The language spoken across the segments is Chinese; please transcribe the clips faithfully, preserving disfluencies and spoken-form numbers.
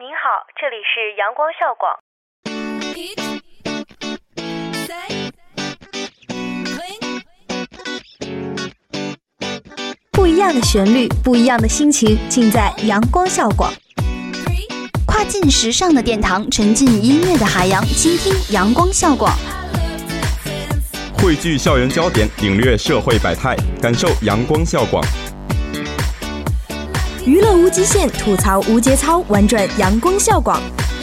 您好，这里是阳光校广。 不一样的旋律，不一样的心情，尽在阳光校广。 跨进时尚的殿堂，沉浸音乐的海洋，倾听阳光校广。 汇聚校园焦点，领略社会百态，感受阳光校广。 娱乐无极限，吐槽无节操，玩转阳光校广。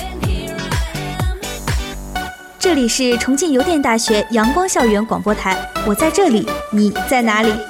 这里是重庆邮电大学阳光校园广播台，我在这里，你在哪里？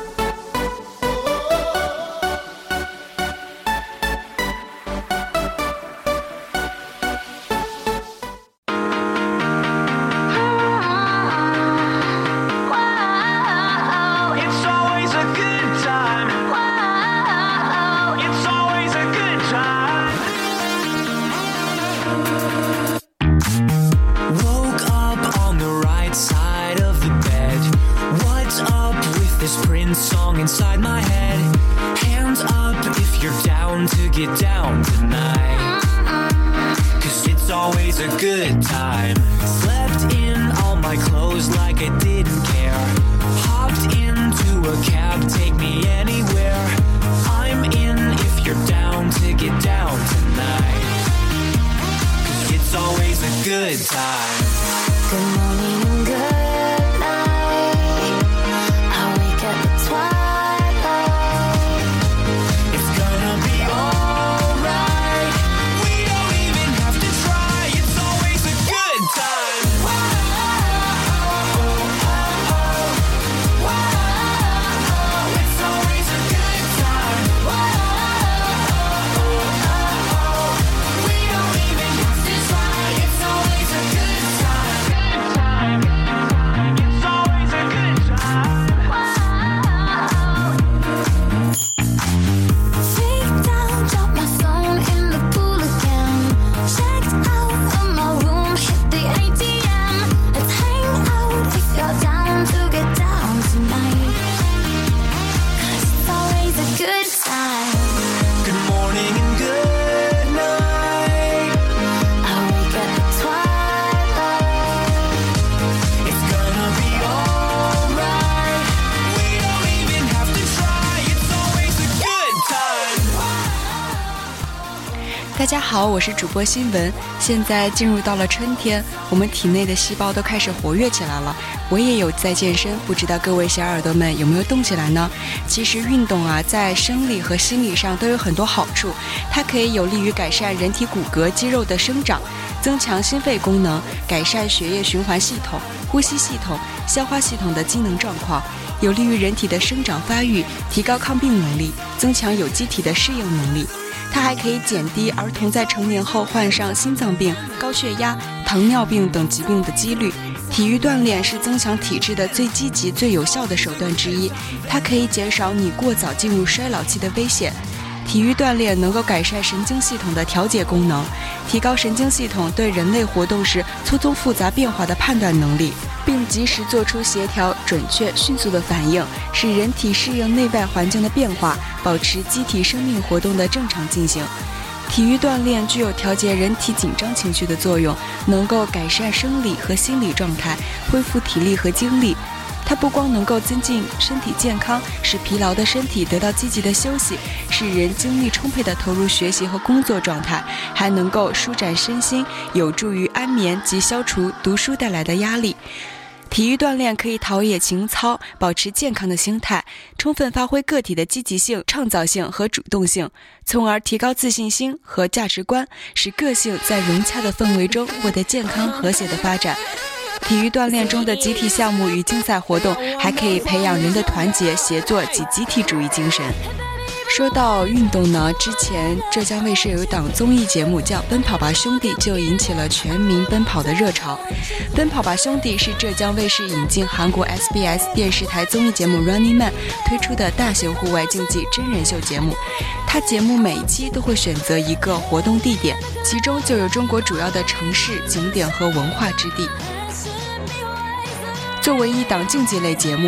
大家好，我是主播新闻。现在进入到了春天，我们体内的细胞都开始活跃起来了。我也有在健身，不知道各位小耳朵们有没有动起来呢？其实运动啊，在生理和心理上都有很多好处，它可以有利于改善人体骨骼肌肉的生长，增强心肺功能，改善血液循环系统、呼吸系统、消化系统的机能状况，有利于人体的生长发育，提高抗病能力，增强有机体的适应能力。它还可以减低儿童在成年后患上心脏病、高血压、糖尿病等疾病的几率。体育锻炼是增强体质的最积极、最有效的手段之一，它可以减少你过早进入衰老期的危险。体育锻炼能够改善神经系统的调节功能，提高神经系统对人类活动时错综复杂变化的判断能力，并及时做出协调、准确、迅速的反应，使人体适应内外环境的变化，保持机体生命活动的正常进行。体育锻炼具有调节人体紧张情绪的作用，能够改善生理和心理状态，恢复体力和精力。它不光能够增进身体健康，使疲劳的身体得到积极的休息，使人精力充沛地投入学习和工作状态，还能够舒展身心，有助于安眠及消除读书带来的压力。体育锻炼可以陶冶情操，保持健康的心态，充分发挥个体的积极性、创造性和主动性，从而提高自信心和价值观，使个性在融洽的氛围中获得健康和谐的发展。体育锻炼中的集体项目与竞赛活动还可以培养人的团结、协作及集体主义精神。说到运动呢，之前浙江卫视有一档综艺节目叫《奔跑吧兄弟》，就引起了全民奔跑的热潮。《奔跑吧兄弟》是浙江卫视引进韩国 S B S 电视台综艺节目 Running Man 推出的大型户外竞技真人秀节目。它节目每一期都会选择一个活动地点，其中就有中国主要的城市、景点和文化之地。作为一档竞技类节目，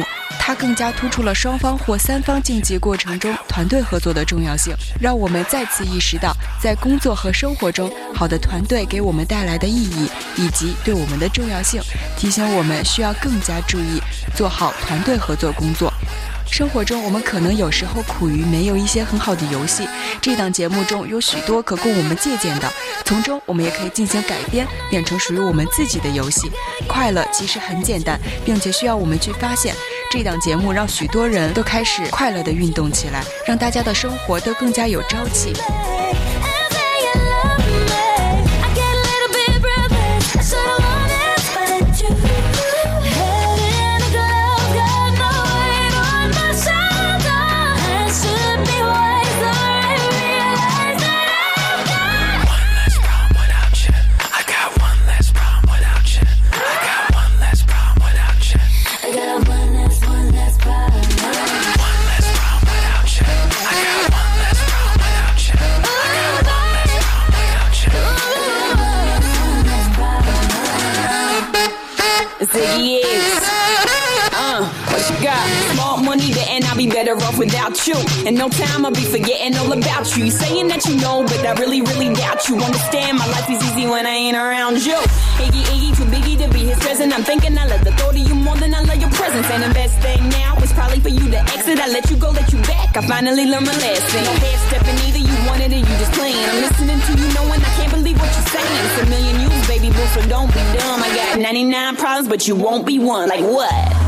它更加突出了双方或三方竞技过程中团队合作的重要性，让我们再次意识到在工作和生活中好的团队给我们带来的意义以及对我们的重要性，提醒我们需要更加注意做好团队合作工作。生活中我们可能有时候苦于没有一些很好的游戏，这档节目中有许多可供我们借鉴的，从中我们也可以进行改编，变成属于我们自己的游戏。快乐其实很简单，并且需要我们去发现。这档节目让许多人都开始快乐地运动起来，让大家的生活都更加有朝气。 Ziggy is. Uh, what you got? Small money there and I'll be better off without you. In no time I'll be forgetting all about you. You saying that you know, but I really, really doubt you. Understand my life is easy when I ain't around you. Iggy, Iggy, too biggie to be his present. I'm thinking I love the thought of you more than I love your presence. And the best thing now is probably for you to exit. I let you go, let you back. I finally learned my lesson. No head stepping either, you wanted it, you just playing. I'm listening to you knowing I can't believe what you're saying. It's a million you, baby boo, so don't be dumb. I got ninety-nine problems, but you won't be one. Like what?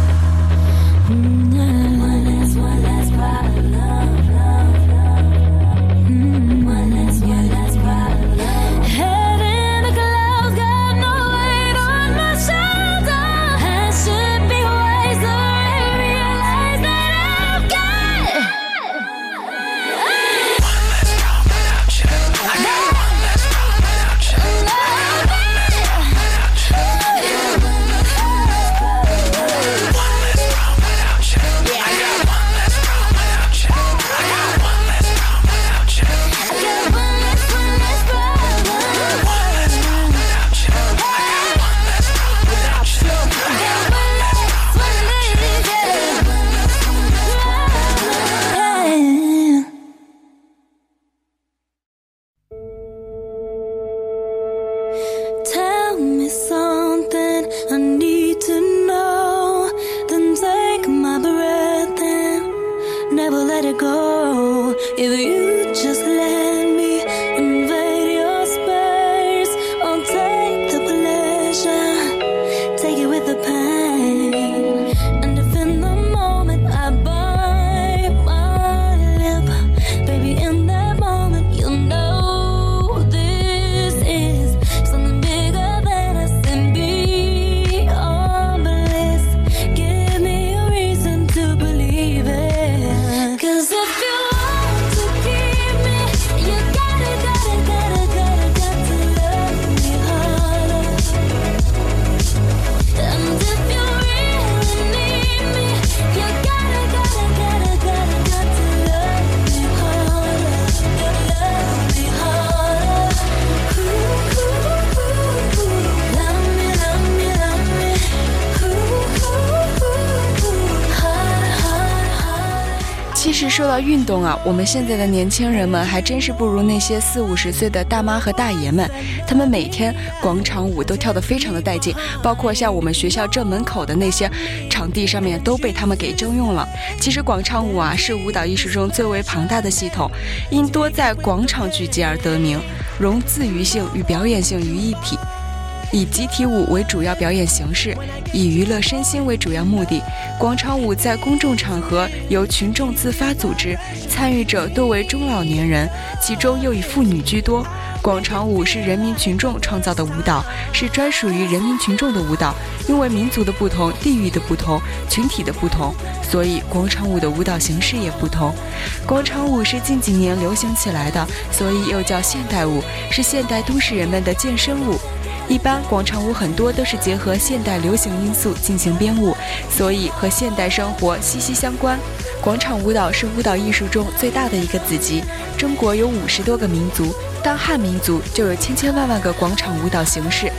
其实说到运动啊，我们现在的年轻人们还真是不如那些四五十岁的大妈和大爷们，他们每天广场舞都跳得非常的带劲，包括像我们学校正门口的那些场地上面都被他们给征用了。其实广场舞啊是舞蹈艺术中最为庞大的系统，因多在广场聚集而得名，融自娱性与表演性于一体。以集体舞为主要表演形式，以娱乐身心为主要目的。广场舞在公众场合由群众自发组织，参与者多为中老年人，其中又以妇女居多。广场舞是人民群众创造的舞蹈，是专属于人民群众的舞蹈。因为民族的不同、地域的不同、群体的不同，所以广场舞的舞蹈形式也不同。广场舞是近几年流行起来的，所以又叫现代舞，是现代都市人们的健身舞。一般广场舞很多都是结合现代流行因素进行编舞，所以和现代生活息息相关。广场舞蹈是舞蹈艺术中最大的一个子集。中国有五十多个民族，当汉民族就有千千万万个广场舞蹈形式，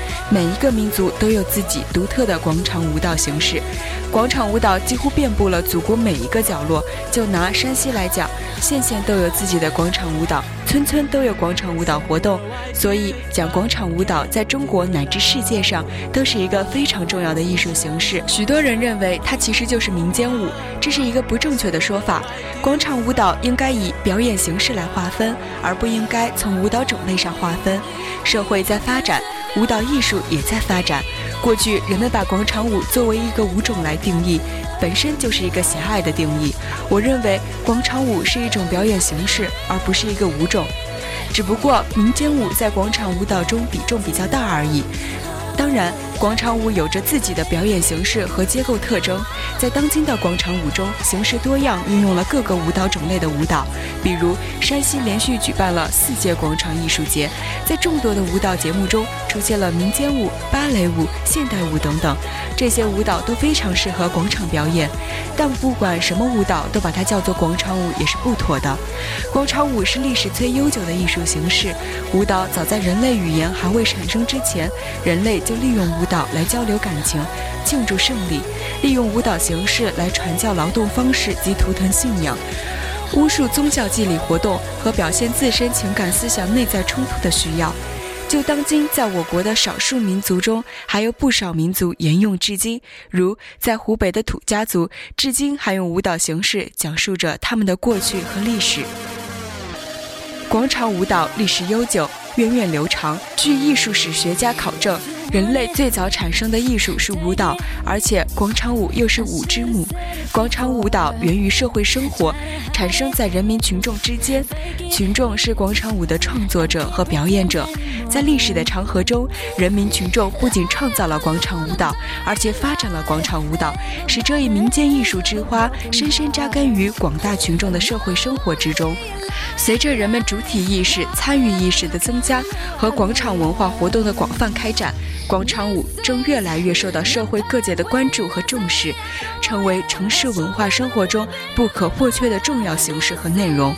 每一个民族都有自己独特的广场舞蹈形式，广场舞蹈几乎遍布了祖国每一个角落。就拿山西来讲，县县都有自己的广场舞蹈，村村都有广场舞蹈活动，所以讲广场舞蹈在中国乃至世界上都是一个非常重要的艺术形式。许多人认为它其实就是民间舞，这是一个不正确的说法。广场舞蹈应该以表演形式来划分，而不应该从舞蹈种类上划分。社会在发展，舞蹈艺术也在发展。过去人们把广场舞作为一个舞种来定义，本身就是一个狭隘的定义。我认为广场舞是一种表演形式，而不是一个舞种，只不过民间舞在广场舞蹈中比重比较大而已。当然，广场舞有着自己的表演形式和结构特征，在当今的广场舞中，形式多样，运用了各个舞蹈种类的舞蹈。比如，山西连续举办了四届广场艺术节，在众多的舞蹈节目中出现了民间舞、芭蕾舞、现代舞等等，这些舞蹈都非常适合广场表演。但不管什么舞蹈都把它叫做广场舞也是不妥的。广场舞是历史最悠久的艺术形式，舞蹈早在人类语言还未产生之前，人类就利用舞蹈来交流感情、庆祝胜利，利用舞蹈形式来传教劳动方式及图腾信仰、巫术宗教祭礼活动和表现自身情感思想内在冲突的需要。就当今在我国的少数民族中，还有不少民族沿用至今，如在湖北的土家族，至今还用舞蹈形式讲述着他们的过去和历史。广场舞蹈历史悠久，源远流长。据艺术史学家考证，人类最早产生的艺术是舞蹈，而且广场舞又是舞之母。广场舞蹈源于社会生活，产生在人民群众之间，群众是广场舞的创作者和表演者。在历史的长河中，人民群众不仅创造了广场舞蹈，而且发展了广场舞蹈，使这一民间艺术之花深深扎根于广大群众的社会生活之中。随着人们主体意识、参与意识的增加和广场文化活动的广泛开展，广场舞正越来越受到社会各界的关注和重视，成为城市文化生活中不可或缺的重要形式和内容。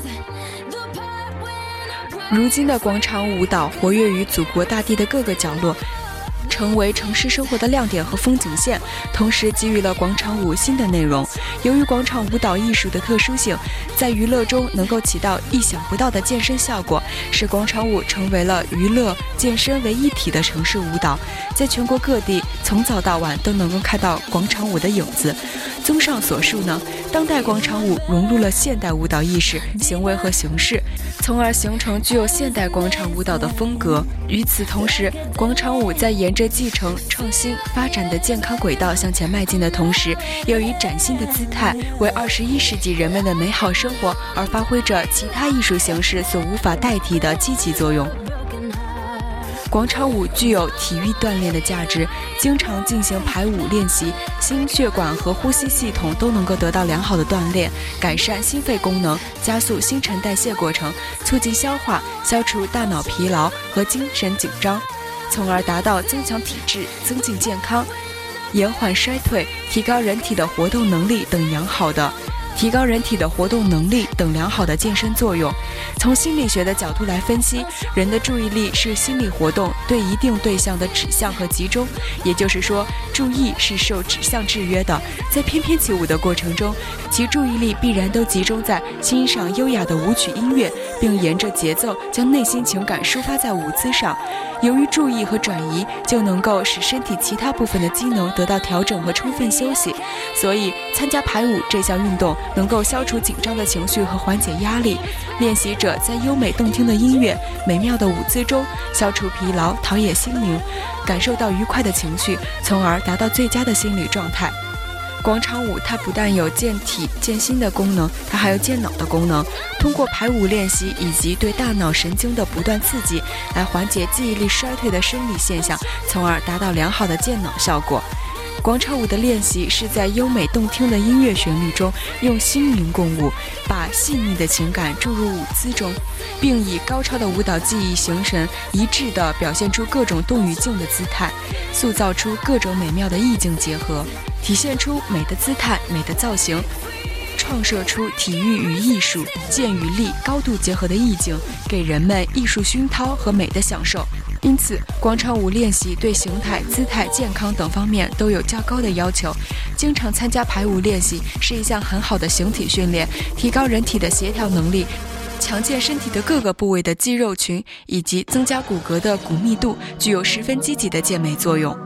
如今的广场舞蹈活跃于祖国大地的各个角落，成为城市生活的亮点和风景线，同时给予了广场舞新的内容。由于广场舞蹈艺术的特殊性，在娱乐中能够起到意想不到的健身效果，使广场舞成为了娱乐、健身为一体的城市舞蹈。在全国各地，从早到晚都能够看到广场舞的影子。综上所述呢，当代广场舞融入了现代舞蹈意识、行为和形式，从而形成具有现代广场舞蹈的风格。与此同时，广场舞在沿着继承、创新、发展的健康轨道向前迈进的同时，又以崭新的姿态为二十一世纪人们的美好生活而发挥着其他艺术形式所无法代替的积极作用。广场舞具有体育锻炼的价值，经常进行排舞练习，心血管和呼吸系统都能够得到良好的锻炼，改善心肺功能，加速新陈代谢过程，促进消化，消除大脑疲劳和精神紧张，从而达到增强体质、增进健康、延缓衰退、提高人体的活动能力等良好的提高人体的活动能力等良好的健身作用。从心理学的角度来分析，人的注意力是心理活动对一定对象的指向和集中，也就是说，注意是受指向制约的。在翩翩起舞的过程中，其注意力必然都集中在欣赏优雅的舞曲音乐，并沿着节奏将内心情感抒发在舞姿上。由于注意和转移，就能够使身体其他部分的机能得到调整和充分休息，所以参加排舞这项运动能够消除紧张的情绪和缓解压力。练习者在优美动听的音乐、美妙的舞姿中消除疲劳，陶冶心灵，感受到愉快的情绪，从而达到最佳的心理状态。广场舞它不但有健体健心的功能，它还有健脑的功能。通过排舞练习以及对大脑神经的不断刺激，来缓解记忆力衰退的生理现象，从而达到良好的健脑效果。广场舞的练习是在优美动听的音乐旋律中，用心灵共舞，把细腻的情感注入舞姿中，并以高超的舞蹈技艺形神一致地表现出各种动与静的姿态，塑造出各种美妙的意境结合，体现出美的姿态、美的造型，创设出体育与艺术、剑与力高度结合的意境，给人们艺术熏陶和美的享受。 因此广场舞练习对形态、姿态、健康等方面都有较高的要求。经常参加排舞练习是一项很好的形体训练，提高人体的协调能力，强健身体的各个部位的肌肉群，以及增加骨骼的骨密度，具有十分积极的健美作用。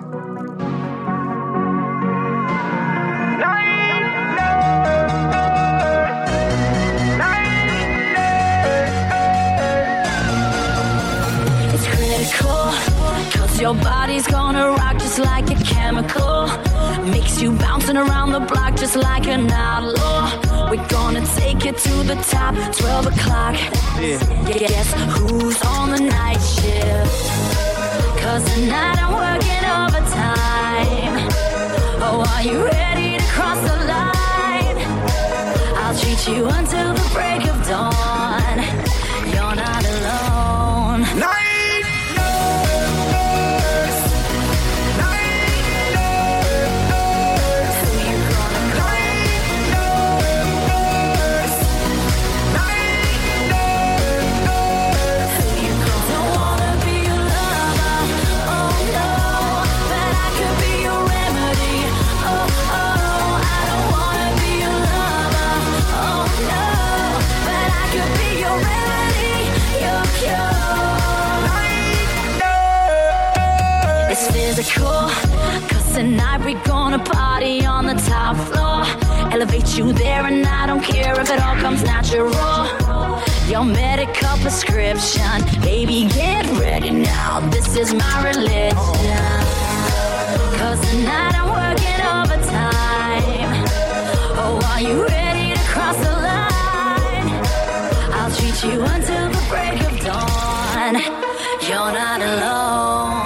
Your body's gonna rock just like a chemical. Makes you bouncing around the block just like an outlaw. We're gonna take it to the top, twelve o'clock. Yeah. Guess who's on the night shift? Cause tonight I'm working overtime. Oh, are you ready to cross the line? I'll treat you until the break of dawn. You're not alone. Night! Cause tonight we're gonna party on the top floor. Elevate you there and I don't care if it all comes natural. Your medical prescription, baby, get ready now. This is my religion. Cause tonight I'm working overtime. Oh, are you ready to cross the line? I'll treat you until the break of dawn. You're not alone.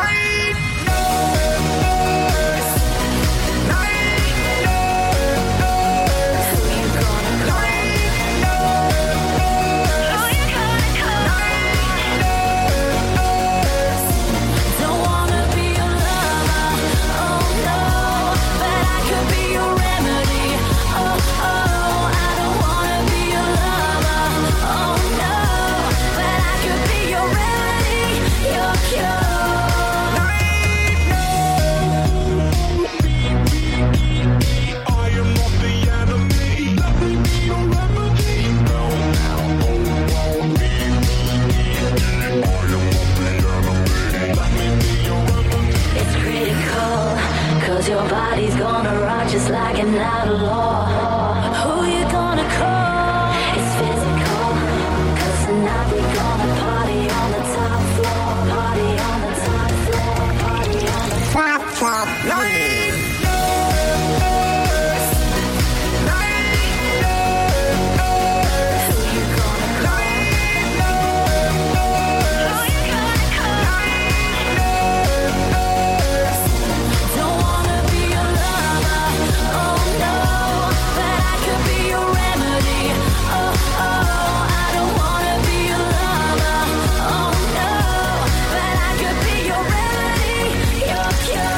Your body's gonna rock just like an outlaw. Who you gonna call? It's physical. Cause tonight we're gonna party on the top floor. Party on the top floor. Party on the top floor. You're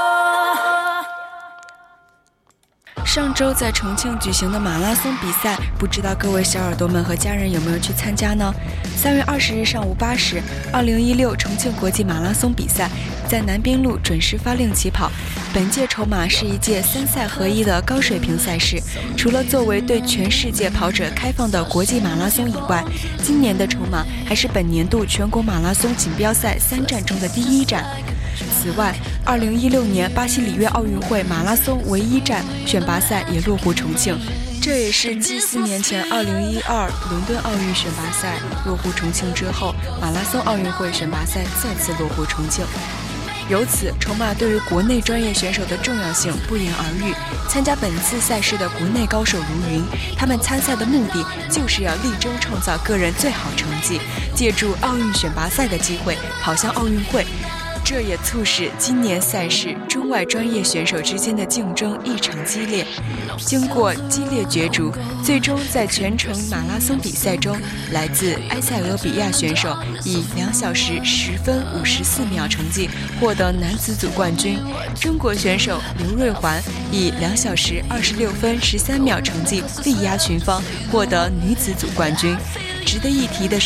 上周在重庆举行的马拉松比赛，不知道各位小耳朵们和家人有没有去参加呢？三月二十日上午八时，二零一六重庆国际马拉松比赛在南滨路准时发令起跑。本届筹马是一届三赛合一的高水平赛事，除了作为对全世界跑者开放的国际马拉松以外，今年的筹马还是本年度全国马拉松锦标赛三站中的第一站。此外，二零一六年巴西里约奥运会马拉松唯一站选拔赛也落户重庆，这也是继四年前二零一二伦敦奥运选拔赛落户重庆之后，马拉松奥运会选拔赛再次落户重庆。由此，筹马对于国内专业选手的重要性不言而喻。参加本次赛事的国内高手如云，他们参赛的目的就是要力争创造个人最好成绩，借助奥运选拔赛的机会跑向奥运会。这也促使今年赛事中外专业选手之间的竞争异常激烈。经过激烈角逐，最终在全程马拉松比赛中，来自埃塞俄比亚选手以两小时十分五十四秒成绩获得男子组冠军，中国选手刘瑞环以两小时二十六分十三秒成绩力压群芳，获得女子组冠军。值得一提的是，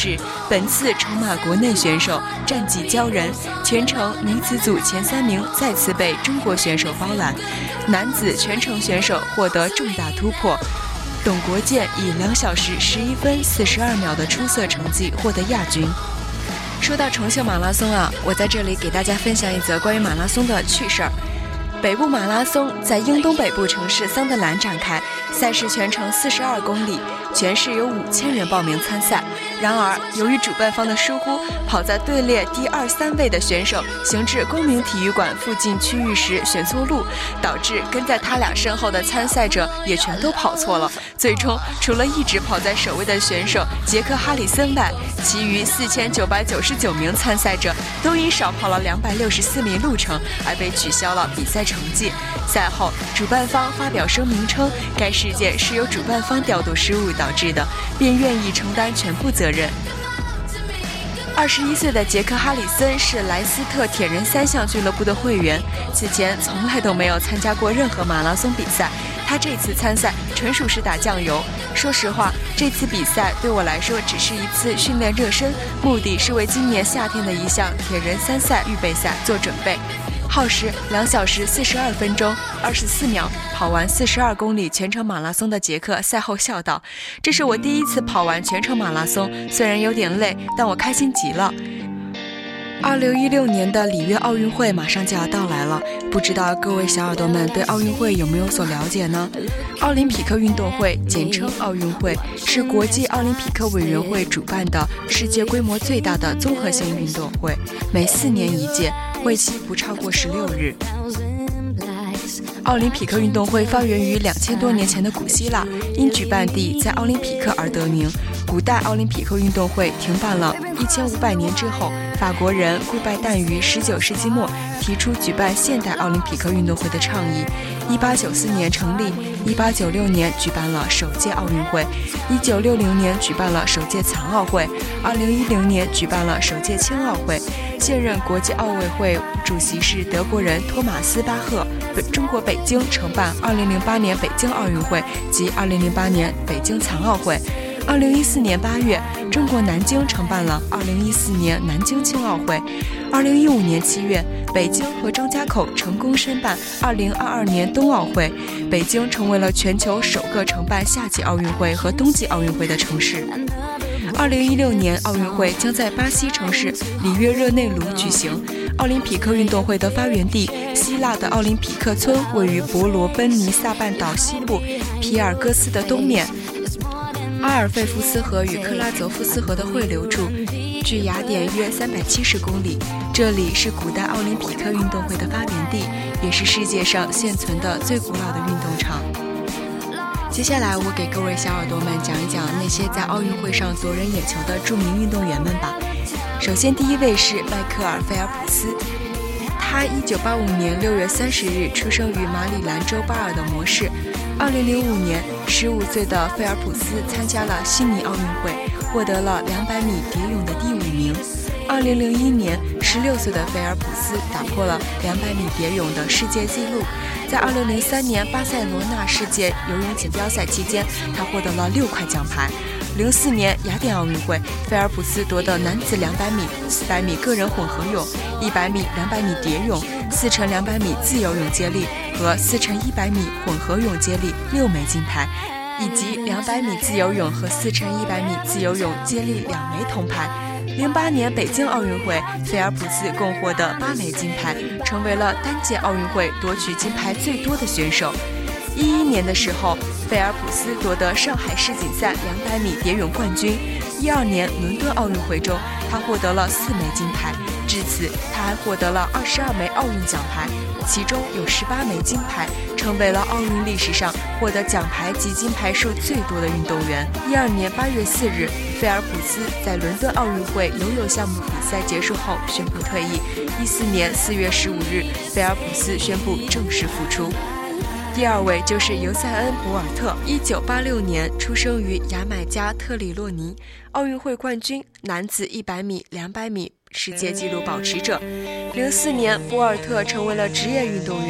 本次乘马国内选手战绩骄人，全程女子组前三名再次被中国选手包揽，男子全程选手获得重大突破。董国建以两小时十一分四十二秒的出色成绩获得亚军。说到重庆马拉松啊，我在这里给大家分享一则关于马拉松的趣事儿。北部马拉松在英东北部城市桑德兰展开，赛事全程四十二公里，全市有五千人报名参赛。然而，由于主办方的疏忽，跑在队列第二、三位的选手行至公民体育馆附近区域时选错路，导致跟在他俩身后的参赛者也全都跑错了。最终，除了一直跑在首位的选手杰克·哈里森外，其余四千九百九十九名参赛者都因少跑了两百六十四米路程而被取消了比赛成绩。赛后，主办方发表声明称，该事件是由主办方调度失误导致的，并愿意承担全部责任。二十一岁的杰克·哈里森是莱斯特铁人三项俱乐部的会员，此前从来都没有参加过任何马拉松比赛。他这次参赛纯属是打酱油。说实话，这次比赛对我来说只是一次训练热身，目的是为今年夏天的一项铁人三赛预备赛做准备。耗时两小时四十二分钟二十四秒，跑完四十二公里全程马拉松的杰克赛后笑道：“这是我第一次跑完全程马拉松，虽然有点累，但我开心极了。”二零一六年的里约奥运会马上就要到来了，不知道各位小耳朵们对奥运会有没有所了解呢？奥林匹克运动会，简称奥运会，是国际奥林匹克委员会主办的世界规模最大的综合性运动会，每四年一届，会期不超过十六日。奥林匹克运动会发源于两千多年前的古希腊，因举办地在奥林匹克而得名。古代奥林匹克运动会停办了一千五百年之后，法国人顾拜旦于十九世纪末提出举办现代奥林匹克运动会的倡议。一八九四年成立，一八九六年举办了首届奥运会，一九六零年举办了首届残奥会，二零一零年举办了首届青奥会。现任国际奥委会主席是德国人托马斯·巴赫。中国北京承办二零零八年北京奥运会及二零零八年北京残奥会。二零一四年八月，中国南京承办了二零一四年南京青奥会。二零一五年七月，北京和张家口成功申办二零二二年冬奥会，北京成为了全球首个承办夏季奥运会和冬季奥运会的城市。二零一六年奥运会将在巴西城市里约热内卢举行。奥林匹克运动会的发源地希腊的奥林匹克村位于伯罗奔尼撒半岛西部皮尔戈斯的东面，阿尔费夫斯河与克拉泽夫斯河的汇流处，距雅典约三百七十公里。这里是古代奥林匹克运动会的发源地，也是世界上现存的最古老的运动场。接下来我给各位小耳朵们讲一讲那些在奥运会上夺人眼球的著名运动员们吧。首先第一位是迈克尔·菲尔普斯，他一九八五年六月三十日出生于马里兰州巴尔的摩市。二零零五年，十五岁的菲尔普斯参加了悉尼奥运会，获得了两百米蝶泳的第五名。二零零一年，十六岁的菲尔普斯打破了两百米蝶泳的世界纪录。在二零零三年巴塞罗那世界游泳锦标赛期间，他获得了六块奖牌。零四年雅典奥运会，菲尔普斯夺得男子两百米、四百米个人混合泳、一百米、两百米蝶泳、四乘两百米自由泳接力和四乘一百米混合泳接力六枚金牌，以及两百米自由泳和四乘一百米自由泳接力两枚铜牌。零八年北京奥运会，菲尔普斯共获得八枚金牌，成为了单届奥运会夺取金牌最多的选手。一一年的时候，菲尔普斯夺得上海世锦赛两百米蝶泳冠军。一二年伦敦奥运会中，他获得了四枚金牌。至此，他还获得了二十二枚奥运奖牌，其中有十八枚金牌，成为了奥运历史上获得奖牌及金牌数最多的运动员。一二年八月四日，菲尔普斯在伦敦奥运会游泳项目比赛结束后宣布退役。一四年四月十五日，菲尔普斯宣布正式复出。第二位就是尤塞恩·博尔特，一九八六年出生于牙买加特里洛尼，奥运会冠军，男子一百米、两百米世界纪录保持者。零四年，博尔特成为了职业运动员，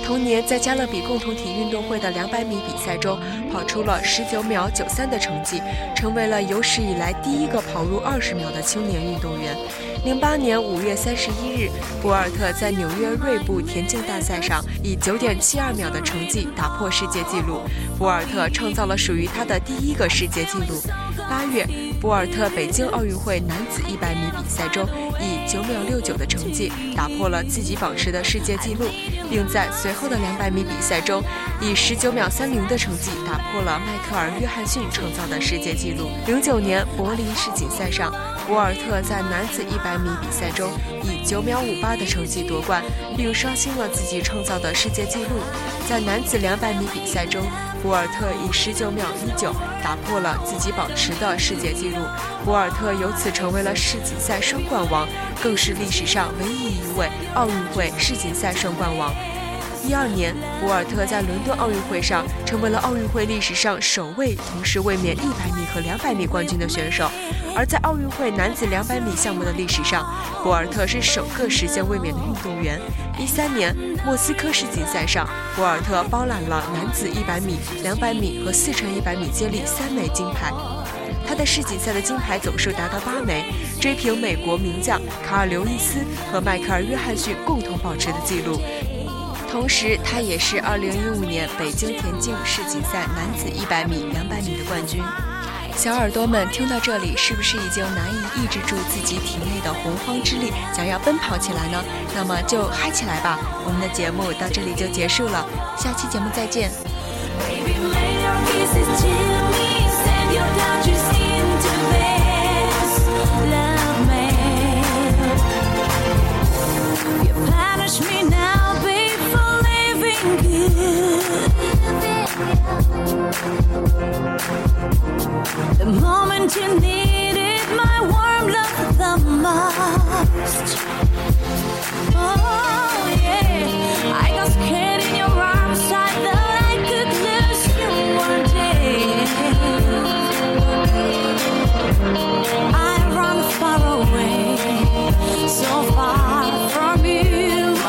同年在加勒比共同体运动会的两百米比赛中跑出了十九秒九三的成绩，成为了有史以来第一个跑入二十秒的青年运动员。零八年五月三十一日，博尔特在纽约锐步田径大赛上以九点七二秒的成绩打破世界纪录，博尔特创造了属于他的第一个世界纪录。八月，博尔特北京奥运会男子一百米比赛中以九秒六九的成绩打破了自己保持的世界纪录，并在随后的两百米比赛中以十九秒三零的成绩打破了迈克尔·约翰逊创造的世界纪录。零九年柏林世锦赛上，博尔特在男子一百米比赛中以九秒五八的成绩夺冠，并刷新了自己创造的世界纪录。在男子两百米比赛中，博尔特以十九秒一九打破了自己保持的世界纪录，博尔特由此成为了世锦赛双冠王，更是历史上唯一一位奥运会世锦赛双冠王。一二年，博尔特在伦敦奥运会上成为了奥运会历史上首位同时卫冕一百米和两百米冠军的选手，而在奥运会男子两百米项目的历史上，博尔特是首个实现卫冕的运动员。一三年莫斯科世锦赛上，博尔特包揽了男子一百米、两百米和四乘一百米接力三枚金牌。他的世锦赛的金牌总数达到八枚，追平美国名将卡尔刘易斯和迈克尔·约翰逊共同保持的纪录。同时，他也是二零一五年北京田径世锦赛男子一百米、两百米的冠军。小耳朵们听到这里，是不是已经难以抑制住自己体内的洪荒之力，想要奔跑起来呢？那么就嗨起来吧！我们的节目到这里就结束了，下期节目再见。 The moment you needed my warm love the most. Oh yeah, I got scared in your arms. I thought I could lose you one day. I run far away, so far from you.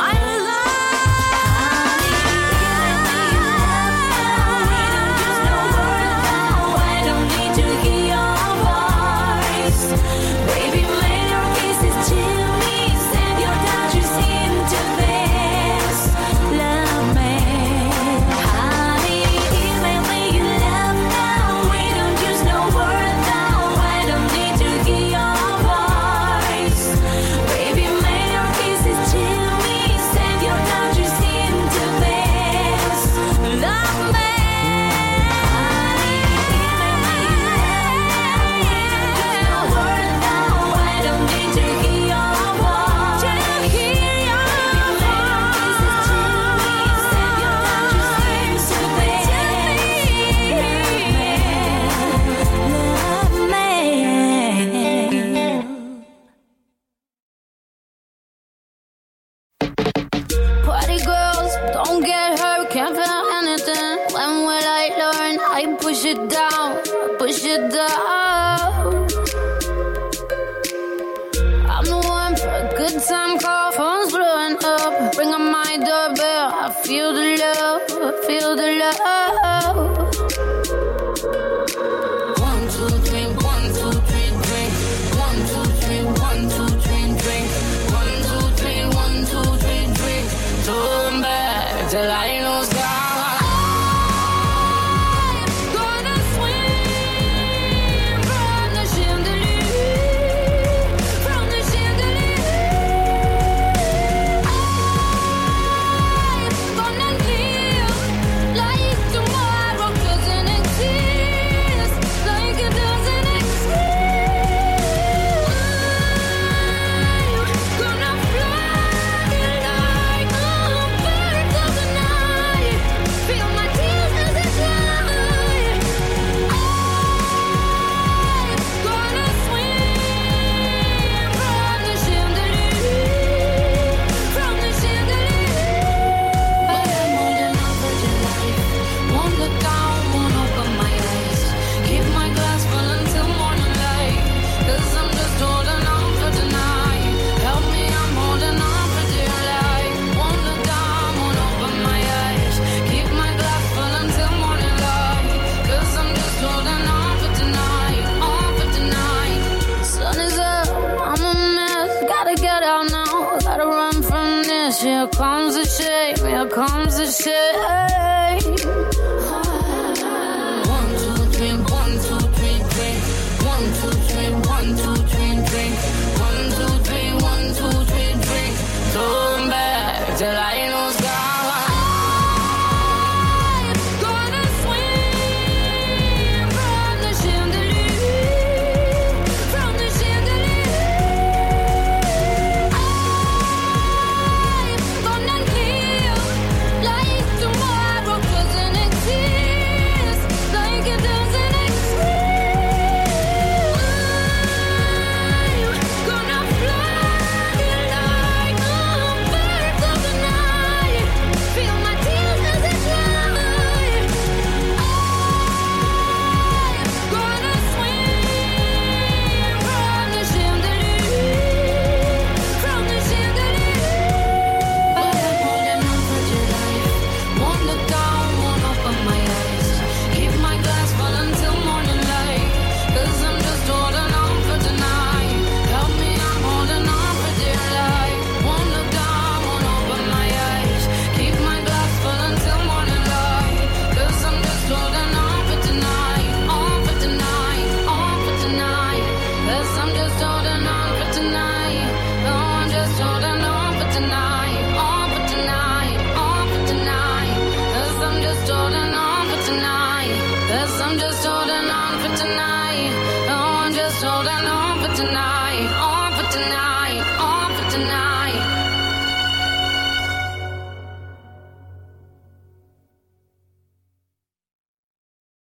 Push it down, push it down. I'm the one for a good time call, phone's blowing up. Ring on my doorbell, I feel the love, I feel the love. One, two, three, one, two, three, drink. One, two, three, one, two, three, drink. One, two, three, one, two, three, drink. Turn back till I lose God. Here comes the shame, here comes the shame. One, two, three, one, two, three, drink. One, two, three, one, two, three, drink. One, two, three, one, two, three, drink. Turn back till I know sky. I'm just holding on for tonight. Oh, I'm just holding on for tonight. On for tonight. On for tonight.